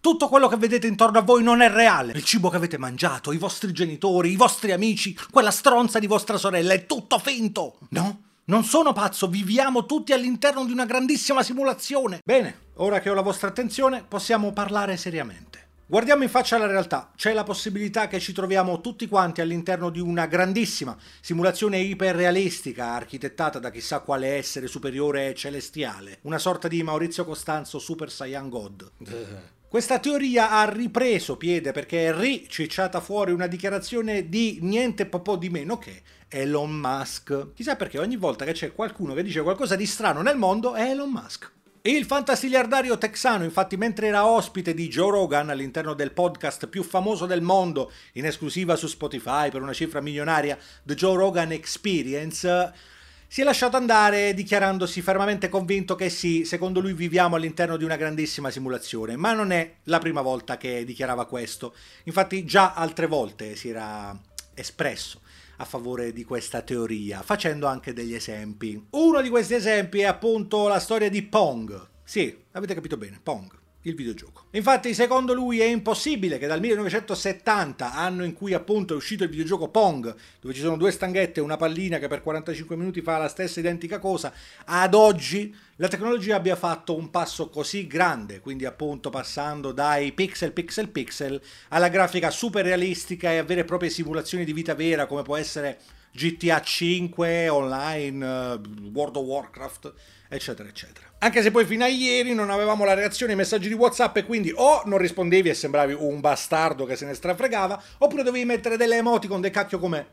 Tutto quello che vedete intorno a voi non è reale. Il cibo che avete mangiato, i vostri genitori, i vostri amici, quella stronza di vostra sorella, è tutto finto. No? Non sono pazzo, viviamo tutti all'interno di una grandissima simulazione. Bene, ora che ho la vostra attenzione, possiamo parlare seriamente. Guardiamo in faccia la realtà. C'è la possibilità che ci troviamo tutti quanti all'interno di una grandissima simulazione iperrealistica, architettata da chissà quale essere superiore celestiale. Una sorta di Maurizio Costanzo Super Saiyan God. Questa teoria ha ripreso piede perché è ricicciata fuori una dichiarazione di niente po' di meno che Elon Musk. Chissà perché ogni volta che c'è qualcuno che dice qualcosa di strano nel mondo è Elon Musk. Il fantasiliardario texano, infatti, mentre era ospite di Joe Rogan all'interno del podcast più famoso del mondo, in esclusiva su Spotify per una cifra milionaria, The Joe Rogan Experience, si è lasciato andare dichiarandosi fermamente convinto che sì, secondo lui viviamo all'interno di una grandissima simulazione, ma non è la prima volta che dichiarava questo. Infatti già altre volte si era espresso a favore di questa teoria, facendo anche degli esempi. Uno di questi esempi è appunto la storia di Pong. Sì, avete capito bene, Pong, il videogioco. Infatti, secondo lui è impossibile che dal 1970, anno in cui appunto è uscito il videogioco Pong, dove ci sono due stanghette e una pallina che per 45 minuti fa la stessa identica cosa, ad oggi la tecnologia abbia fatto un passo così grande, quindi appunto passando dai pixel alla grafica super realistica e a vere e proprie simulazioni di vita vera come può essere GTA 5 online, World of Warcraft, eccetera eccetera. Anche se poi fino a ieri non avevamo la reazione ai messaggi di WhatsApp e quindi o non rispondevi e sembravi un bastardo che se ne strafregava, oppure dovevi mettere delle emoticon del cacchio come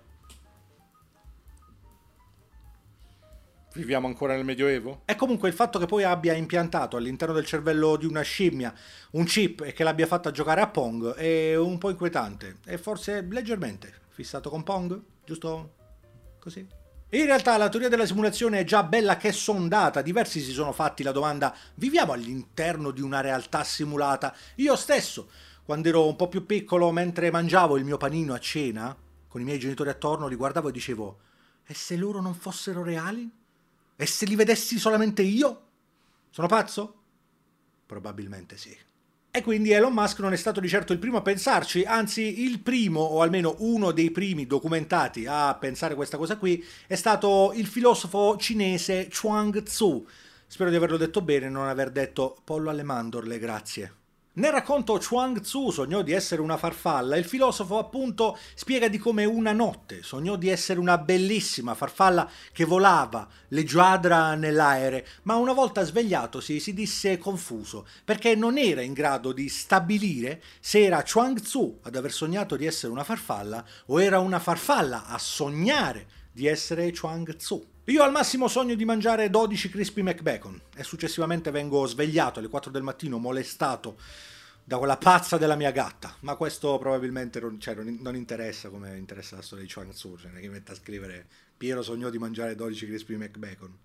viviamo ancora nel Medioevo? E comunque il fatto che poi abbia impiantato all'interno del cervello di una scimmia un chip e che l'abbia fatta giocare a Pong è un po' inquietante e forse leggermente fissato con Pong, giusto così? In realtà la teoria della simulazione è già bella che sondata, diversi si sono fatti la domanda: viviamo all'interno di una realtà simulata? Io stesso, quando ero un po' più piccolo, mentre mangiavo il mio panino a cena, con i miei genitori attorno, li guardavo e dicevo: e se loro non fossero reali? E se li vedessi solamente io? Sono pazzo? Probabilmente sì. E quindi Elon Musk non è stato di certo il primo a pensarci, anzi il primo, o almeno uno dei primi documentati a pensare questa cosa qui, è stato il filosofo cinese Chuang Tzu. Spero di averlo detto bene e non aver detto pollo alle mandorle, grazie. Nel racconto Chuang Tzu sognò di essere una farfalla. Il filosofo appunto spiega di come una notte sognò di essere una bellissima farfalla che volava leggiadra nell'aere, ma una volta svegliatosi si disse confuso perché non era in grado di stabilire se era Chuang Tzu ad aver sognato di essere una farfalla o era una farfalla a sognare di essere Chuang Tzu. Io al massimo sogno di mangiare 12 Crispy McBacon e successivamente vengo svegliato alle 4 del mattino molestato da quella pazza della mia gatta, ma questo probabilmente non interessa come interessa la storia di Chuang Tzu, cioè non è che metta a scrivere Piero sognò di mangiare 12 Crispy McBacon.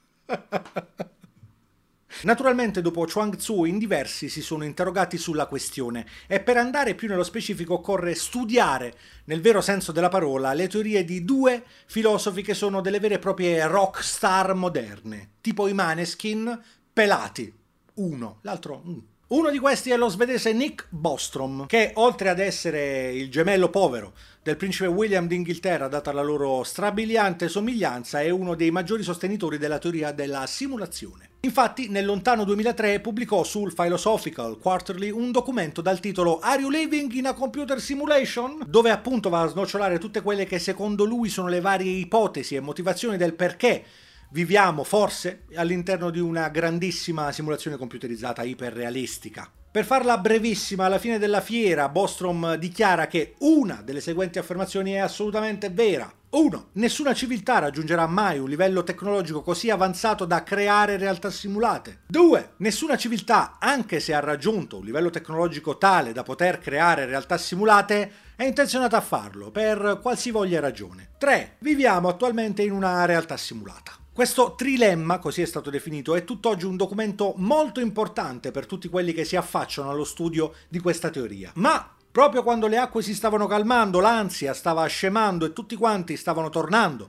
Naturalmente dopo Chuang Tzu in diversi si sono interrogati sulla questione e per andare più nello specifico occorre studiare nel vero senso della parola le teorie di due filosofi che sono delle vere e proprie rock star moderne, tipo i Maneskin pelati, l'altro. Uno di questi è lo svedese Nick Bostrom, che oltre ad essere il gemello povero del principe William d'Inghilterra, data la loro strabiliante somiglianza, è uno dei maggiori sostenitori della teoria della simulazione. Infatti, nel lontano 2003 pubblicò sul Philosophical Quarterly un documento dal titolo Are you living in a computer simulation? Dove appunto va a snocciolare tutte quelle che secondo lui sono le varie ipotesi e motivazioni del perché viviamo forse all'interno di una grandissima simulazione computerizzata iperrealistica. Per farla brevissima, alla fine della fiera Bostrom dichiara che una delle seguenti affermazioni è assolutamente vera. 1. Nessuna civiltà raggiungerà mai un livello tecnologico così avanzato da creare realtà simulate. 2. Nessuna civiltà, anche se ha raggiunto un livello tecnologico tale da poter creare realtà simulate, è intenzionata a farlo, per qualsivoglia ragione. 3. Viviamo attualmente in una realtà simulata. Questo trilemma, così è stato definito, è tutt'oggi un documento molto importante per tutti quelli che si affacciano allo studio di questa teoria. Ma proprio quando le acque si stavano calmando, l'ansia stava scemando e tutti quanti stavano tornando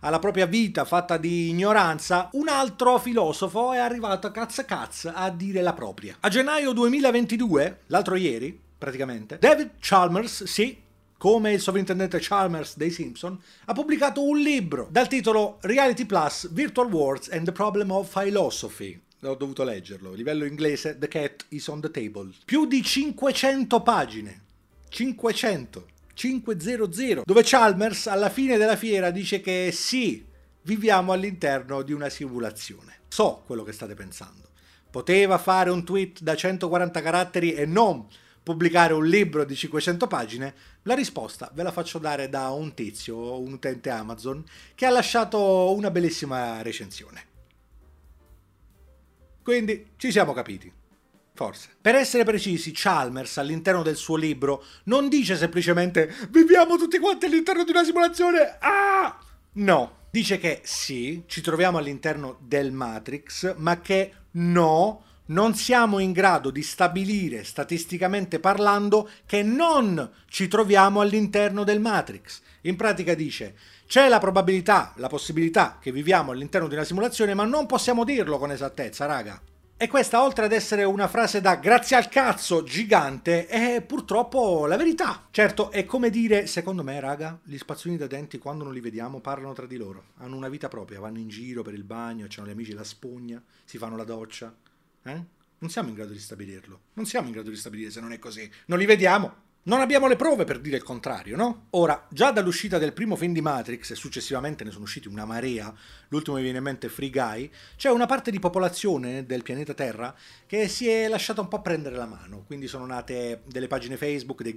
alla propria vita fatta di ignoranza, un altro filosofo è arrivato cazz a dire la propria. A gennaio 2022, l'altro ieri, praticamente, David Chalmers, sì, come il sovrintendente Chalmers dei Simpson, ha pubblicato un libro dal titolo Reality Plus, Virtual Worlds and the Problem of Philosophy. Ho dovuto leggerlo, livello inglese, The Cat is on the Table. Più di 500 pagine. 500. dove Chalmers alla fine della fiera dice che sì, viviamo all'interno di una simulazione. So quello che state pensando. Poteva fare un tweet da 140 caratteri e non pubblicare un libro di 500 pagine? La risposta ve la faccio dare da un tizio, un utente Amazon, che ha lasciato una bellissima recensione. Quindi ci siamo capiti. Forse. Per essere precisi, Chalmers all'interno del suo libro non dice semplicemente viviamo tutti quanti all'interno di una simulazione. Ah! No. Dice che sì, ci troviamo all'interno del Matrix, ma che no, non siamo in grado di stabilire statisticamente parlando che non ci troviamo all'interno del Matrix. In pratica dice c'è la probabilità, la possibilità che viviamo all'interno di una simulazione, ma non possiamo dirlo con esattezza, raga. E questa, oltre ad essere una frase da grazie al cazzo gigante, è purtroppo la verità. Certo, è come dire, secondo me, raga, gli spazzolini da denti quando non li vediamo parlano tra di loro. Hanno una vita propria, vanno in giro per il bagno, c'hanno gli amici la spugna, si fanno la doccia. Non siamo in grado di stabilirlo. Non siamo in grado di stabilire se non è così. Non li vediamo. Non abbiamo le prove per dire il contrario, no? Ora, già dall'uscita del primo film di Matrix, e successivamente ne sono usciti una marea, l'ultimo mi viene in mente Free Guy, c'è una parte di popolazione del pianeta Terra che si è lasciata un po' prendere la mano. Quindi sono nate delle pagine Facebook, dei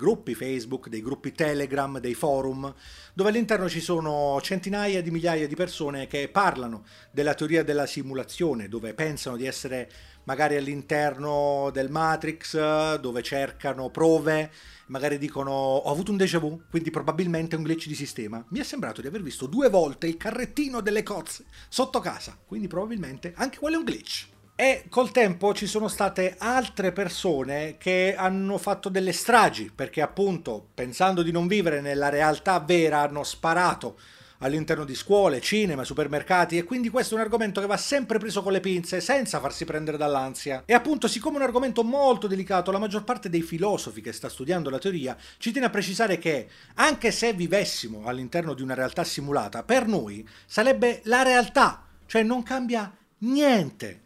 gruppi Telegram, dei forum, dove all'interno ci sono centinaia di migliaia di persone che parlano della teoria della simulazione, dove pensano di essere magari all'interno del Matrix, dove cercano prove, magari dicono ho avuto un déjà vu, quindi probabilmente è un glitch di sistema. Mi è sembrato di aver visto 2 volte il carrettino delle cozze sotto casa, quindi probabilmente anche quello è un glitch. E col tempo ci sono state altre persone che hanno fatto delle stragi, perché appunto pensando di non vivere nella realtà vera hanno sparato all'interno di scuole, cinema, supermercati, e quindi questo è un argomento che va sempre preso con le pinze senza farsi prendere dall'ansia. E appunto, siccome è un argomento molto delicato, la maggior parte dei filosofi che sta studiando la teoria ci tiene a precisare che anche se vivessimo all'interno di una realtà simulata, per noi sarebbe la realtà, cioè non cambia niente.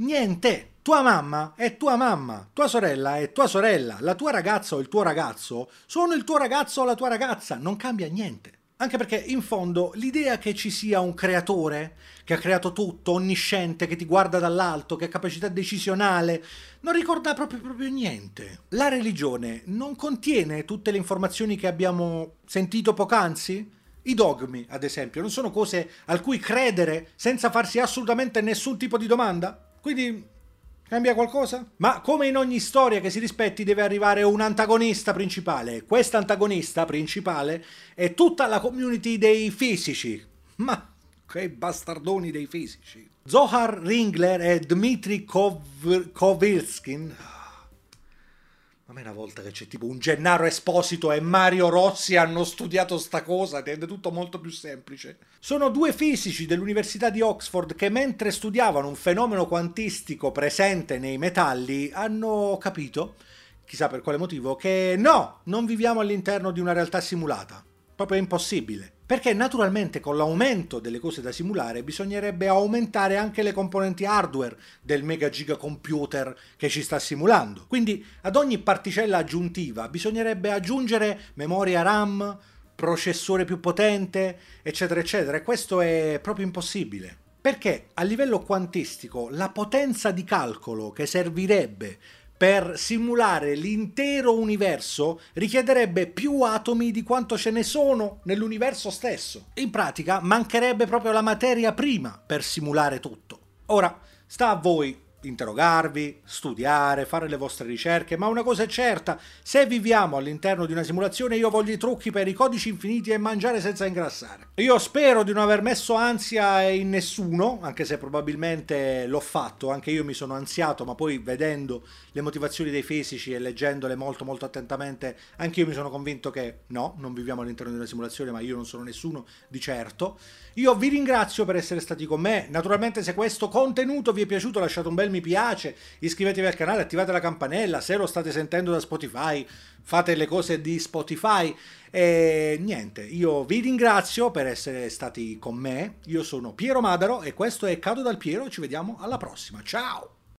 Tua mamma è tua mamma, tua sorella è tua sorella, la tua ragazza o il tuo ragazzo sono il tuo ragazzo o la tua ragazza, non cambia niente. Anche perché, in fondo, l'idea che ci sia un creatore che ha creato tutto, onnisciente, che ti guarda dall'alto, che ha capacità decisionale, non ricorda proprio niente. La religione non contiene tutte le informazioni che abbiamo sentito poc'anzi? I dogmi, ad esempio, non sono cose a cui credere senza farsi assolutamente nessun tipo di domanda? Quindi cambia qualcosa? Ma come in ogni storia che si rispetti deve arrivare un antagonista principale. Quest'antagonista principale è tutta la community dei fisici. Ma che bastardoni dei fisici. Zohar Ringler e Dmitry Kovirskin. A me una volta che c'è tipo un Gennaro Esposito e Mario Rossi hanno studiato sta cosa, rende tutto molto più semplice. Sono 2 fisici dell'Università di Oxford che mentre studiavano un fenomeno quantistico presente nei metalli hanno capito, chissà per quale motivo, che no, non viviamo all'interno di una realtà simulata. Proprio impossibile. Perché naturalmente con l'aumento delle cose da simulare bisognerebbe aumentare anche le componenti hardware del mega giga computer che ci sta simulando. Quindi ad ogni particella aggiuntiva bisognerebbe aggiungere memoria RAM, processore più potente, eccetera eccetera, e questo è proprio impossibile. Perché a livello quantistico la potenza di calcolo che servirebbe per simulare l'intero universo richiederebbe più atomi di quanto ce ne sono nell'universo stesso. In pratica mancherebbe proprio la materia prima per simulare tutto. Ora, sta a voi interrogarvi, studiare, fare le vostre ricerche, ma una cosa è certa, se viviamo all'interno di una simulazione io voglio i trucchi per i codici infiniti e mangiare senza ingrassare. Io spero di non aver messo ansia in nessuno, anche se probabilmente l'ho fatto, anche io mi sono ansiato, ma poi vedendo le motivazioni dei fisici e leggendole molto molto attentamente, anche io mi sono convinto che no, non viviamo all'interno di una simulazione, ma io non sono nessuno di certo. Io vi ringrazio per essere stati con me, naturalmente se questo contenuto vi è piaciuto lasciate un bel mi piace, iscrivetevi al canale, attivate la campanella, se lo state sentendo da Spotify fate le cose di Spotify e niente, io vi ringrazio per essere stati con me, io sono Piero Madaro e questo è Cado dal Piero, ci vediamo alla prossima, ciao!